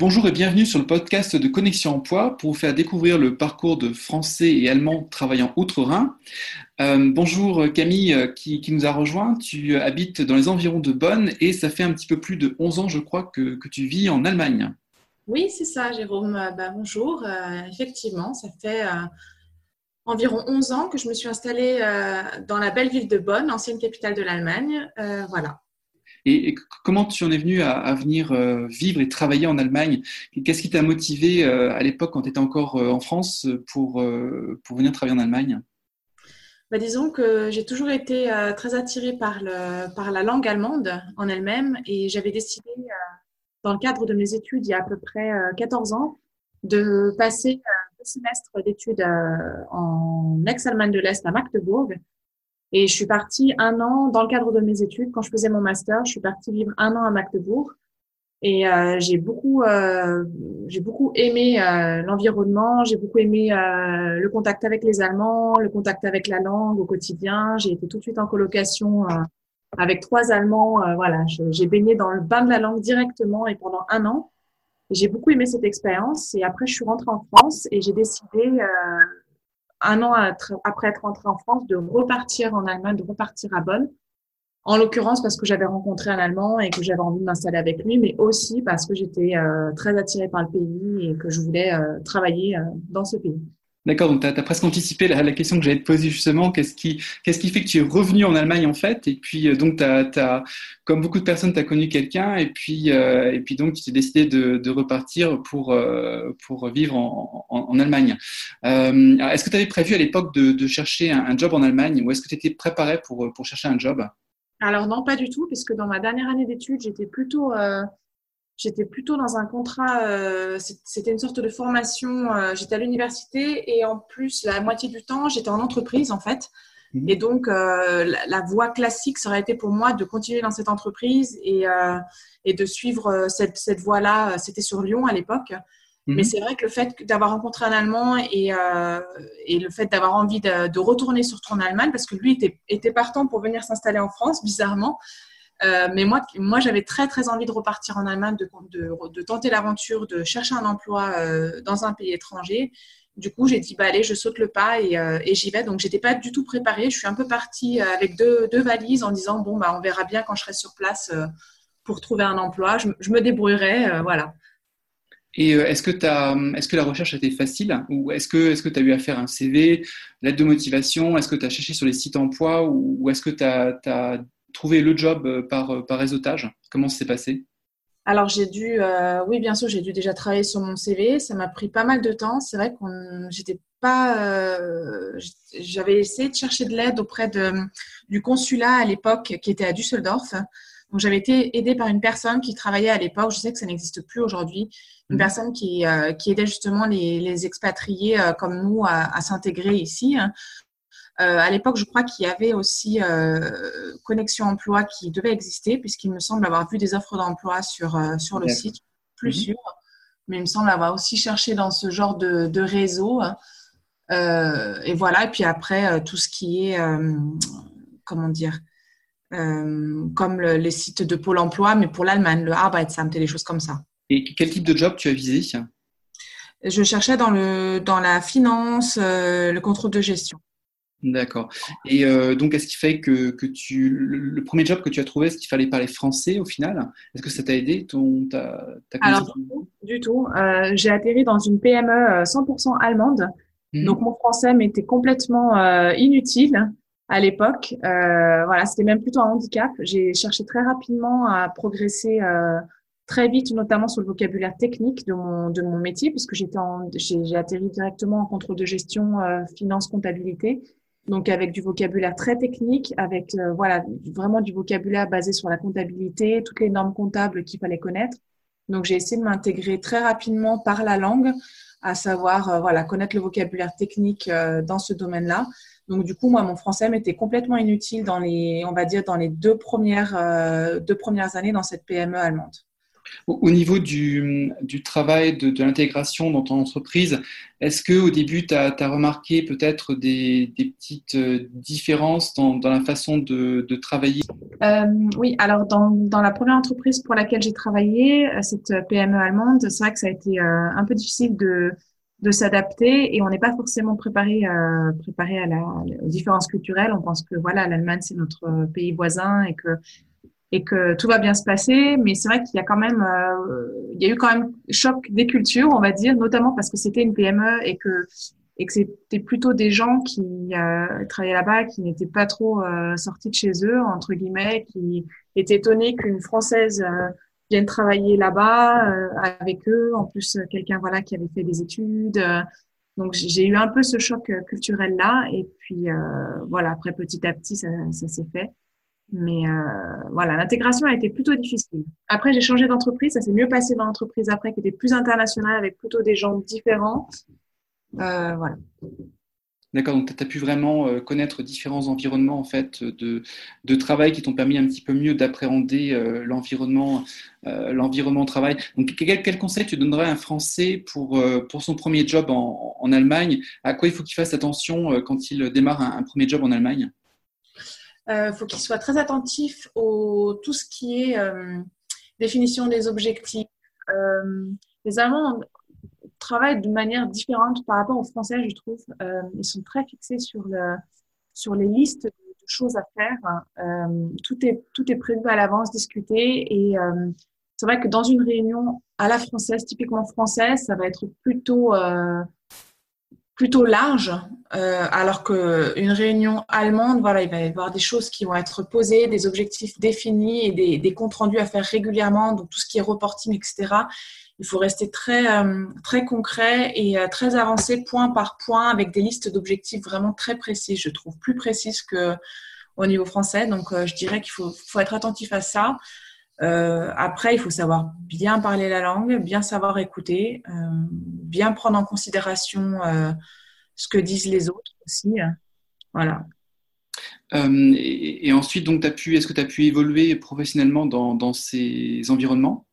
Bonjour et bienvenue sur le podcast de Connexion Emploi pour vous faire découvrir le parcours de Français et Allemands travaillant outre-Rhin. Bonjour Camille qui nous a rejoint. Tu habites dans les environs de Bonn et ça fait un petit peu plus de 11 ans, je crois, que tu vis en Allemagne. Oui, c'est ça, Jérôme. Bonjour. Effectivement, ça fait environ 11 ans que je me suis installée dans la belle ville de Bonn, ancienne capitale de l'Allemagne. Voilà. Et comment tu en es venu à venir vivre et travailler en Allemagne? Qu'est-ce qui t'a motivé à l'époque quand tu étais encore en France pour venir travailler en Allemagne? Disons que j'ai toujours été très attirée par la langue allemande en elle-même et j'avais décidé, dans le cadre de mes études, il y a à peu près 14 ans, de passer 2 semestres d'études en ex-Allemagne de l'Est à Magdebourg. Et je suis partie 1 an dans le cadre de mes études. Quand je faisais mon master, je suis partie vivre 1 an à Magdebourg. Et j'ai beaucoup aimé l'environnement. J'ai beaucoup aimé le contact avec les Allemands, le contact avec la langue au quotidien. J'ai été tout de suite en colocation avec 3 Allemands. Voilà, j'ai baigné dans le bain de la langue directement et pendant 1 an. Et j'ai beaucoup aimé cette expérience. Et après, je suis rentrée en France et j'ai décidé 1 an après être rentrée en France, de repartir en Allemagne, de repartir à Bonn. En l'occurrence, parce que j'avais rencontré un Allemand et que j'avais envie de m'installer avec lui, mais aussi parce que j'étais très attirée par le pays et que je voulais travailler dans ce pays. D'accord, donc tu as presque anticipé la question que j'allais te poser justement. Qu'est-ce qui fait que tu es revenu en Allemagne en fait? Et puis donc comme beaucoup de personnes, tu as connu quelqu'un et puis donc tu t'es décidé de repartir pour vivre en Allemagne. Alors, est-ce que tu avais prévu à l'époque de chercher un job en Allemagne ou est-ce que tu étais préparé pour chercher un job? Alors non, pas du tout, puisque dans ma dernière année d'études, j'étais plutôt dans un contrat, c'était une sorte de formation, j'étais à l'université et en plus, la moitié du temps, j'étais en entreprise en fait. Et donc, la voie classique, ça aurait été pour moi de continuer dans cette entreprise et de suivre cette voie-là. C'était sur Lyon à l'époque. Mais c'est vrai que le fait d'avoir rencontré un Allemand et le fait d'avoir envie de retourner surtout en Allemagne, parce que lui était partant pour venir s'installer en France, bizarrement. Mais moi, j'avais très, très envie de repartir en Allemagne, de tenter l'aventure, de chercher un emploi dans un pays étranger. Du coup, j'ai dit, allez, je saute le pas et j'y vais. Donc, j'étais pas du tout préparée. Je suis un peu partie avec deux valises en disant, bon, on verra bien quand je serai sur place pour trouver un emploi. Je me débrouillerai, voilà. Et est-ce que la recherche a été facile ou est-ce que tu as eu à faire un CV, lettre de motivation? Est-ce que tu as cherché sur les sites emploi ou est-ce que tu as trouvé le job par réseautage? Comment ça s'est passé? Alors, oui, bien sûr, j'ai dû déjà travailler sur mon CV. Ça m'a pris pas mal de temps. C'est vrai j'étais pas, j'avais essayé de chercher de l'aide auprès du consulat à l'époque qui était à Düsseldorf. Donc, j'avais été aidée par une personne qui travaillait à l'époque. Je sais que ça n'existe plus aujourd'hui. Une personne qui aidait justement les expatriés comme nous à s'intégrer ici. À l'époque, je crois qu'il y avait aussi Connexion Emploi qui devait exister, puisqu'il me semble avoir vu des offres d'emploi sur le site, plus sûr. Mais il me semble avoir aussi cherché dans ce genre de réseau. Et voilà. Et puis après, tout ce qui est, comment dire, comme les sites de Pôle emploi, mais pour l'Allemagne, le Arbeitsamt et des choses comme ça. Et quel type de job tu as visé? Je cherchais dans la finance, le contrôle de gestion. D'accord. Et donc, est-ce qu'il fait que le premier job que tu as trouvé, est-ce qu'il fallait parler français au final? Est-ce que ça t'a aidé ta connaissance? Alors, du tout. J'ai atterri dans une PME 100% allemande. Donc, mon français m'était complètement inutile à l'époque. Voilà, c'était même plutôt un handicap. J'ai cherché très rapidement à progresser très vite, notamment sur le vocabulaire technique de mon métier, puisque j'ai atterri directement en contrôle de gestion, finance, comptabilité. Donc, avec du vocabulaire très technique, avec voilà, vraiment du vocabulaire basé sur la comptabilité, toutes les normes comptables qu'il fallait connaître. Donc, j'ai essayé de m'intégrer très rapidement par la langue, à savoir voilà, connaître le vocabulaire technique dans ce domaine-là. Donc, du coup, moi, mon français m'était complètement inutile on va dire, dans les deux premières années dans cette PME allemande. Au niveau du travail, de l'intégration dans ton entreprise, est-ce qu'au début, tu as remarqué peut-être des petites différences dans la façon de travailler? Oui, alors dans la première entreprise pour laquelle j'ai travaillé, cette PME allemande, c'est vrai que ça a été un peu difficile de s'adapter et on n'est pas forcément préparé aux différences culturelles. On pense que voilà, l'Allemagne c'est notre pays voisin et que tout va bien se passer, mais c'est vrai qu'il y a quand même il y a eu quand même choc des cultures, on va dire, notamment parce que c'était une PME et que c'était plutôt des gens qui travaillaient là-bas, qui n'étaient pas trop sortis de chez eux, entre guillemets, qui étaient étonnés qu'une Française vienne travailler là-bas avec eux. En plus, quelqu'un voilà qui avait fait des études. Donc, j'ai eu un peu ce choc culturel-là. Et puis, voilà, après, petit à petit, ça s'est fait. Mais voilà, l'intégration a été plutôt difficile. Après, j'ai changé d'entreprise. Ça s'est mieux passé dans l'entreprise après, qui était plus internationale, avec plutôt des gens différents. Voilà. D'accord, donc tu as pu vraiment connaître différents environnements en fait de travail qui t'ont permis un petit peu mieux d'appréhender l'environnement de travail. Donc quel conseil tu donnerais à un Français pour son premier job en Allemagne? À quoi il faut qu'il fasse attention quand il démarre un premier job en Allemagne? Faut qu'il soit très attentif tout ce qui est définition des objectifs. Les Allemands travaillent de manière différente par rapport aux Français, je trouve. Ils sont très fixés sur les listes de choses à faire. Tout est prévu à l'avance, discuté. Et c'est vrai que dans une réunion à la française, typiquement française, ça va être plutôt large, alors qu'une réunion allemande, voilà, il va y avoir des choses qui vont être posées, des objectifs définis et des comptes rendus à faire régulièrement, donc tout ce qui est reporting, etc. Il faut rester très concret et très avancé point par point avec des listes d'objectifs vraiment très précises, je trouve, plus précises qu'au niveau français. Donc, je dirais qu'il faut être attentif à ça. Après, il faut savoir bien parler la langue, bien savoir écouter, bien prendre en considération ce que disent les autres aussi. Voilà. Et ensuite, donc, est-ce que tu as pu évoluer professionnellement dans ces environnements?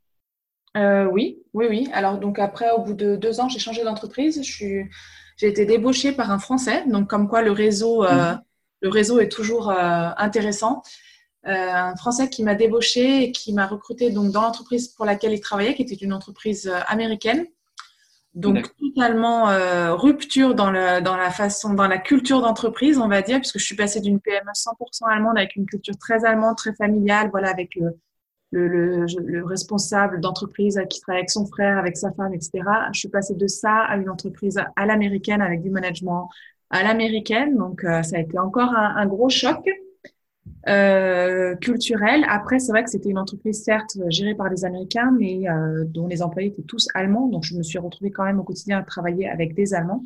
Oui. Alors, donc après, au bout de 2 ans, j'ai changé d'entreprise. J'ai été débauchée par un Français. Donc, comme quoi le réseau est toujours intéressant. Un Français qui m'a débauchée et qui m'a recrutée donc dans l'entreprise pour laquelle il travaillait, qui était une entreprise américaine. Donc totalement rupture dans la culture d'entreprise, on va dire, puisque je suis passée d'une PME 100% allemande avec une culture très allemande, très familiale, voilà, avec le responsable d'entreprise qui travaille avec son frère, avec sa femme, etc. Je suis passée de ça à une entreprise à l'américaine avec du management à l'américaine. Donc, ça a été encore un gros choc culturel. Après, c'est vrai que c'était une entreprise, certes, gérée par des Américains, mais dont les employés étaient tous allemands. Donc, je me suis retrouvée quand même au quotidien à travailler avec des Allemands.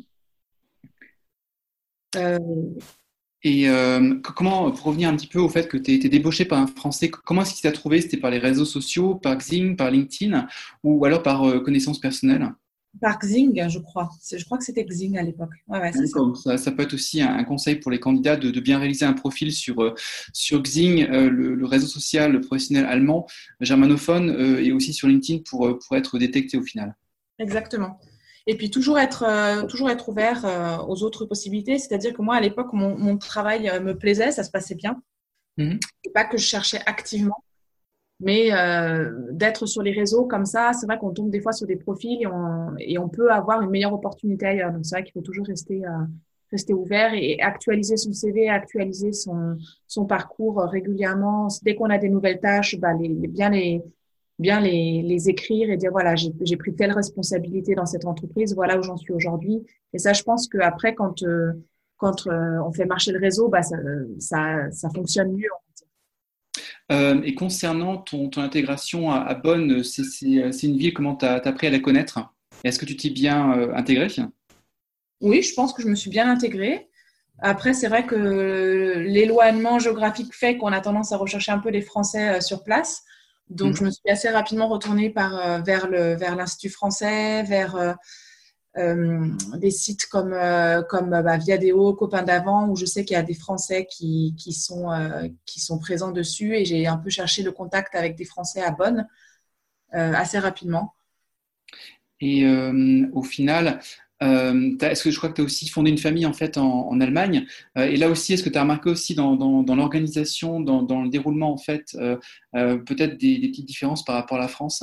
Euh, Et comment, pour revenir un petit peu au fait que tu été débauché par un Français, comment est-ce qu'il t'a trouvé? C'était par les réseaux sociaux, par Xing, par LinkedIn ou alors par connaissance personnelle? par Xing, je crois. Je crois que c'était Xing à l'époque. Ouais, c'est ça. D'accord. Ça peut être aussi un conseil pour les candidats de bien réaliser un profil sur Xing, le réseau social professionnel allemand, germanophone, et aussi sur LinkedIn pour être détecté au final. Exactement. Et puis toujours être ouvert aux autres possibilités. C'est-à-dire que moi, à l'époque, mon travail me plaisait, ça se passait bien. Mhm. Et pas que je cherchais activement, mais d'être sur les réseaux comme ça, c'est vrai qu'on tombe des fois sur des profils et on peut avoir une meilleure opportunité ailleurs. Donc c'est vrai qu'il faut toujours rester ouvert et actualiser son CV, actualiser son parcours régulièrement. Dès qu'on a des nouvelles tâches, bah, bien les écrire et dire voilà, j'ai pris telle responsabilité dans cette entreprise, voilà où j'en suis aujourd'hui. Et ça, je pense qu'après, quand on fait marcher le réseau, bah, ça fonctionne mieux. Et concernant ton intégration à Bonn, c'est une ville, comment tu as appris à la connaître? Est-ce que tu t'y es bien intégré? Oui, je pense que je me suis bien intégrée. Après, c'est vrai que l'éloignement géographique fait qu'on a tendance à rechercher un peu les Français sur place. Donc, je me suis assez rapidement retournée vers l'Institut français, vers des sites comme Viadeo, Copains d'avant, où je sais qu'il y a des Français qui sont présents dessus. Et j'ai un peu cherché le contact avec des Français à Bonn. assez rapidement. Et au final, est-ce que je crois que tu as aussi fondé une famille en fait en Allemagne et là aussi, est-ce que tu as remarqué aussi dans l'organisation, dans le déroulement en fait, peut-être des petites différences par rapport à la France?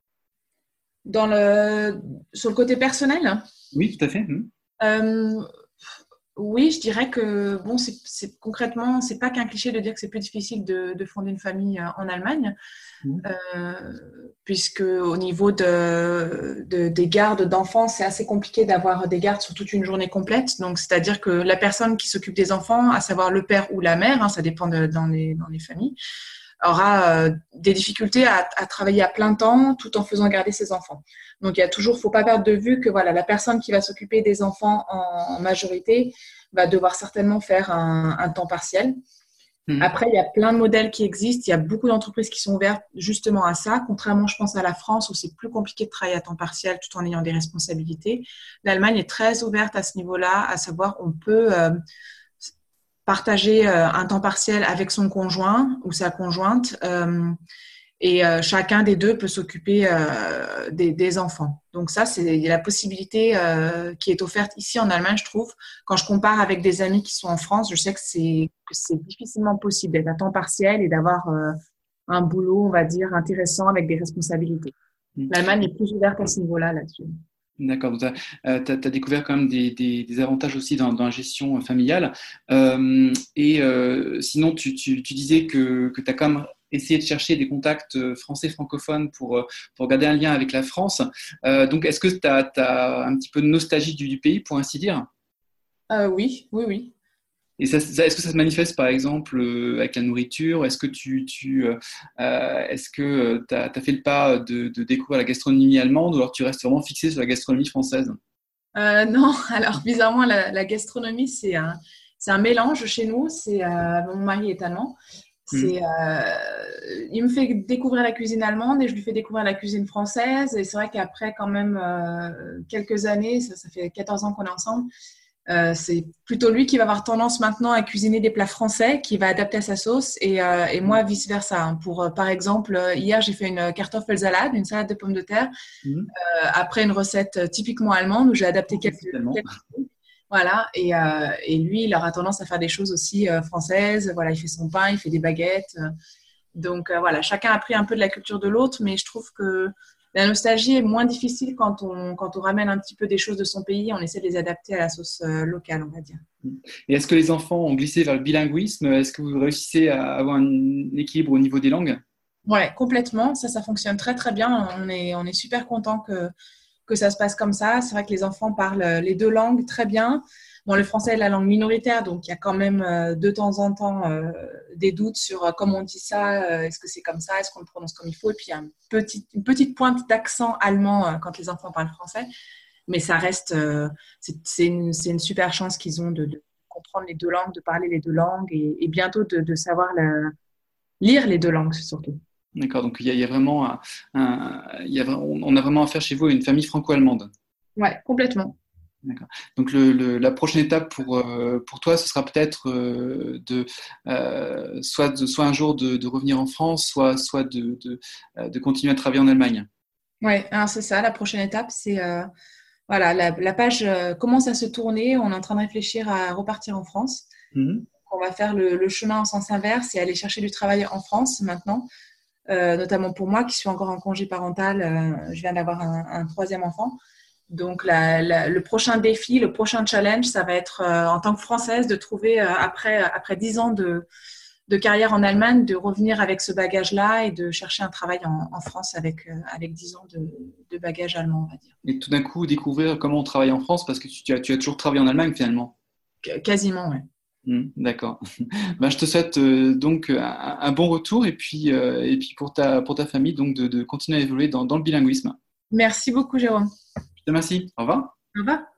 Sur le côté personnel, Oui, tout à fait. euh, oui, je dirais que bon, concrètement, c'est pas qu'un cliché de dire que c'est plus difficile de fonder une famille en Allemagne, Mhm. puisque au niveau des gardes d'enfants, c'est assez compliqué d'avoir des gardes sur toute une journée complète. Donc, c'est-à-dire que la personne qui s'occupe des enfants, à savoir le père ou la mère, hein, ça dépend dans les familles, aura des difficultés à travailler à plein temps tout en faisant garder ses enfants. Donc, faut pas perdre de vue que voilà, la personne qui va s'occuper des enfants en majorité va devoir certainement faire un temps partiel. Mhm. Après, il y a plein de modèles qui existent. Il y a beaucoup d'entreprises qui sont ouvertes justement à ça. Contrairement, je pense, à la France où c'est plus compliqué de travailler à temps partiel tout en ayant des responsabilités. L'Allemagne est très ouverte à ce niveau-là, à savoir on peut partager un temps partiel avec son conjoint ou sa conjointe et chacun des deux peut s'occuper des enfants. Donc ça, c'est la possibilité qui est offerte ici en Allemagne, je trouve. Quand je compare avec des amis qui sont en France, je sais que c'est difficilement possible d'être à temps partiel et d'avoir un boulot, on va dire, intéressant avec des responsabilités. L'Allemagne est plus ouverte à ce niveau-là, là-dessus. D'accord, tu as découvert quand même des avantages aussi dans la gestion familiale. Sinon, tu disais que tu as quand même essayé de chercher des contacts français francophones pour garder un lien avec la France. Donc, est-ce que tu as un petit peu de nostalgie du pays, pour ainsi dire? Oui, oui, oui. Et est-ce que ça se manifeste par exemple avec la nourriture? Est-ce que tu as fait le pas de découvrir la gastronomie allemande ou alors tu restes vraiment fixé sur la gastronomie française? Non, alors bizarrement, la gastronomie, c'est un mélange chez nous. Mon mari est allemand. Mhm. Il me fait découvrir la cuisine allemande et je lui fais découvrir la cuisine française. Et c'est vrai qu'après quand même quelques années, ça fait 14 ans qu'on est ensemble, c'est plutôt lui qui va avoir tendance maintenant à cuisiner des plats français, qui va adapter à sa sauce et moi vice-versa. Hein. Par exemple, hier j'ai fait une Kartoffelsalade, une salade de pommes de terre, Mhm. après une recette typiquement allemande où j'ai adapté Tellement. quelques voilà, et lui, il aura tendance à faire des choses aussi françaises. Voilà, il fait son pain, il fait des baguettes. Donc voilà, chacun a pris un peu de la culture de l'autre, mais je trouve que la nostalgie est moins difficile quand on ramène un petit peu des choses de son pays. On essaie de les adapter à la sauce locale, on va dire. Et est-ce que les enfants ont glissé vers le bilinguisme? Est-ce que vous réussissez à avoir un équilibre au niveau des langues? Ouais, complètement. Ça fonctionne très très bien. On est super content que ça se passe comme ça. C'est vrai que les enfants parlent les deux langues très bien. Bon, le français est la langue minoritaire, donc il y a quand même de temps en temps des doutes sur comment on dit ça, est-ce que c'est comme ça, est-ce qu'on le prononce comme il faut. Et puis il y a une petite pointe d'accent allemand quand les enfants parlent français. Mais ça reste, c'est une super chance qu'ils ont de comprendre les deux langues, de parler les deux langues et bientôt de savoir lire les deux langues surtout. D'accord, donc il y a vraiment on a vraiment affaire chez vous à une famille franco-allemande. Ouais, complètement. D'accord. Donc la prochaine étape pour toi, ce sera peut-être soit un jour de revenir en France, soit de continuer à travailler en Allemagne. Ouais, alors c'est ça. La prochaine étape, c'est voilà, la page commence à se tourner. On est en train de réfléchir à repartir en France. Mhm. On va faire le chemin en sens inverse et aller chercher du travail en France maintenant, notamment pour moi qui suis encore en congé parental. Je viens d'avoir un troisième enfant. Donc, le prochain défi, le prochain challenge, ça va être en tant que Française de trouver, après 10 ans de carrière en Allemagne, de revenir avec ce bagage-là et de chercher un travail en France avec 10 ans de bagage allemand, on va dire. Et tout d'un coup, découvrir comment on travaille en France, parce que tu as toujours travaillé en Allemagne finalement. Quasiment, ouais. D'accord. Ben, je te souhaite donc un bon retour et puis pour ta famille donc de continuer à évoluer dans le bilinguisme. Merci beaucoup, Jérôme. Je te remercie. Au revoir. Au revoir.